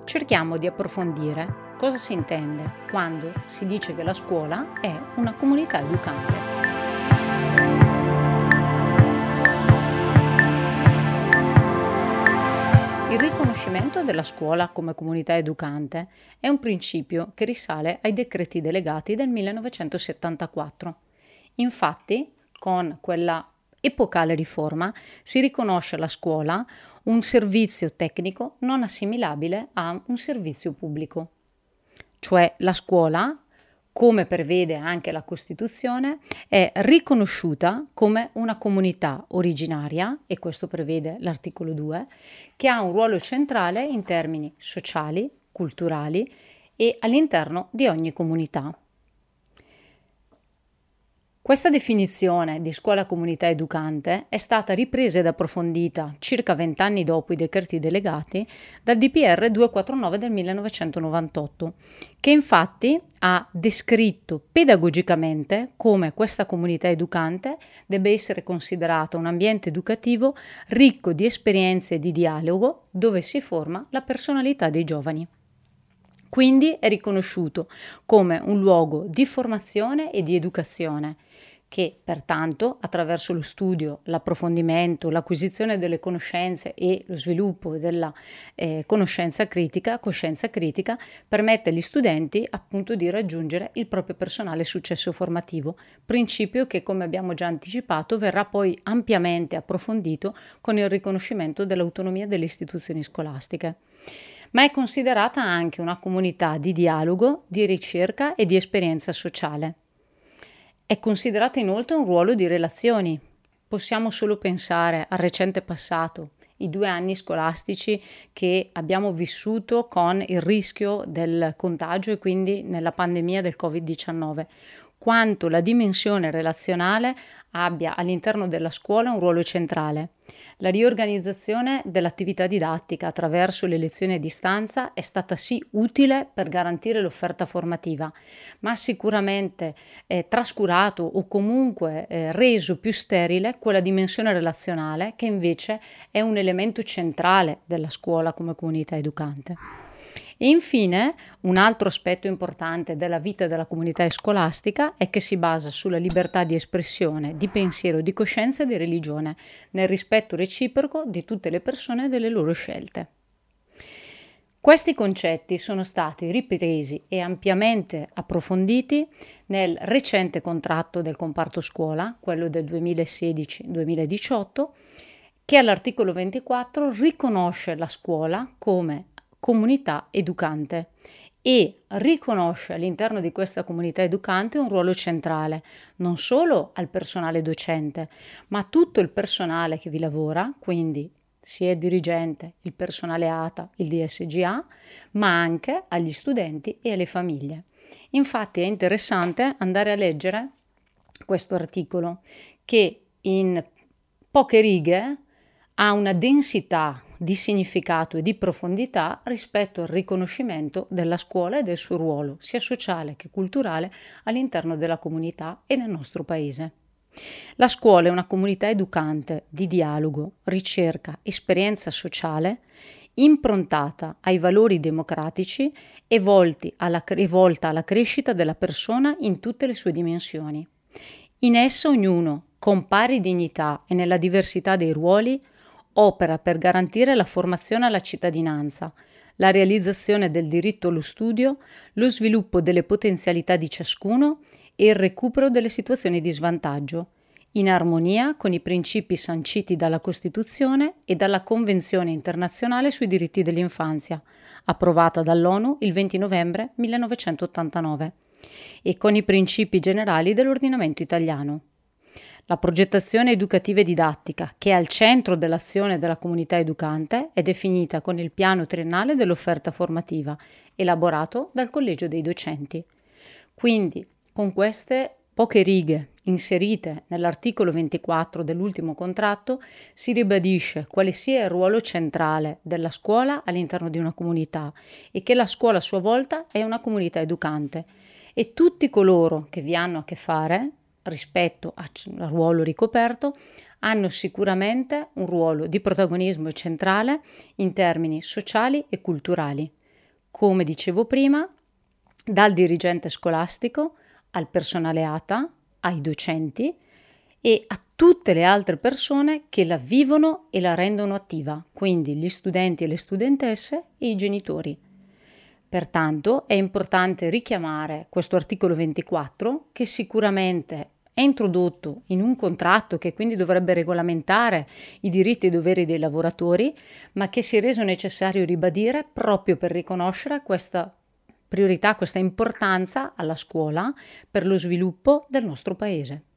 cerchiamo di approfondire cosa si intende quando si dice che la scuola è una comunità educante. Il riconoscimento della scuola come comunità educante è un principio che risale ai decreti delegati del 1974. Infatti, con quella epocale riforma si riconosce alla scuola un servizio tecnico non assimilabile a un servizio pubblico. Cioè la scuola, come prevede anche la Costituzione, è riconosciuta come una comunità originaria, e questo prevede l'articolo 2, che ha un ruolo centrale in termini sociali, culturali e all'interno di ogni comunità. Questa definizione di scuola comunità educante è stata ripresa ed approfondita circa 20 anni dopo i decreti delegati dal DPR 249 del 1998, che infatti ha descritto pedagogicamente come questa comunità educante debba essere considerata un ambiente educativo ricco di esperienze e di dialogo dove si forma la personalità dei giovani. Quindi è riconosciuto come un luogo di formazione e di educazione che pertanto attraverso lo studio, l'approfondimento, l'acquisizione delle conoscenze e lo sviluppo della coscienza critica permette agli studenti appunto di raggiungere il proprio personale successo formativo, principio che, come abbiamo già anticipato, verrà poi ampiamente approfondito con il riconoscimento dell'autonomia delle istituzioni scolastiche. Ma è considerata anche una comunità di dialogo, di ricerca e di esperienza sociale. È considerata inoltre un ruolo di relazioni. Possiamo solo pensare al recente passato, i 2 anni scolastici che abbiamo vissuto con il rischio del contagio e quindi nella pandemia del Covid-19, quanto la dimensione relazionale abbia all'interno della scuola un ruolo centrale. La riorganizzazione dell'attività didattica attraverso le lezioni a distanza è stata sì utile per garantire l'offerta formativa, ma sicuramente trascurato o comunque reso più sterile quella dimensione relazionale che invece è un elemento centrale della scuola come comunità educante. E infine, un altro aspetto importante della vita della comunità scolastica è che si basa sulla libertà di espressione, di pensiero, di coscienza e di religione, nel rispetto reciproco di tutte le persone e delle loro scelte. Questi concetti sono stati ripresi e ampiamente approfonditi nel recente contratto del comparto scuola, quello del 2016-2018, che all'articolo 24 riconosce la scuola come comunità educante e riconosce all'interno di questa comunità educante un ruolo centrale non solo al personale docente, ma a tutto il personale che vi lavora, quindi sia il dirigente, il personale ATA, il DSGA, ma anche agli studenti e alle famiglie. Infatti è interessante andare a leggere questo articolo che in poche righe ha una densità di significato e di profondità rispetto al riconoscimento della scuola e del suo ruolo, sia sociale che culturale, all'interno della comunità e nel nostro paese. La scuola è una comunità educante di dialogo, ricerca, esperienza sociale, improntata ai valori democratici e volta alla crescita della persona in tutte le sue dimensioni. In essa ognuno, con pari dignità e nella diversità dei ruoli, opera per garantire la formazione alla cittadinanza, la realizzazione del diritto allo studio, lo sviluppo delle potenzialità di ciascuno e il recupero delle situazioni di svantaggio, in armonia con i principi sanciti dalla Costituzione e dalla Convenzione internazionale sui diritti dell'infanzia, approvata dall'ONU il 20 novembre 1989, e con i principi generali dell'ordinamento italiano. La progettazione educativa e didattica, che è al centro dell'azione della comunità educante, è definita con il piano triennale dell'offerta formativa, elaborato dal Collegio dei Docenti. Quindi, con queste poche righe inserite nell'articolo 24 dell'ultimo contratto, si ribadisce quale sia il ruolo centrale della scuola all'interno di una comunità e che la scuola a sua volta è una comunità educante e tutti coloro che vi hanno a che fare rispetto al ruolo ricoperto hanno sicuramente un ruolo di protagonismo centrale in termini sociali e culturali. come dicevo prima, dal dirigente scolastico al personale ATA, ai docenti e a tutte le altre persone che la vivono e la rendono attiva, quindi gli studenti e le studentesse e i genitori. Pertanto è importante richiamare questo articolo 24 che sicuramente è introdotto in un contratto che quindi dovrebbe regolamentare i diritti e i doveri dei lavoratori, ma che si è reso necessario ribadire proprio per riconoscere questa priorità, questa importanza alla scuola per lo sviluppo del nostro paese.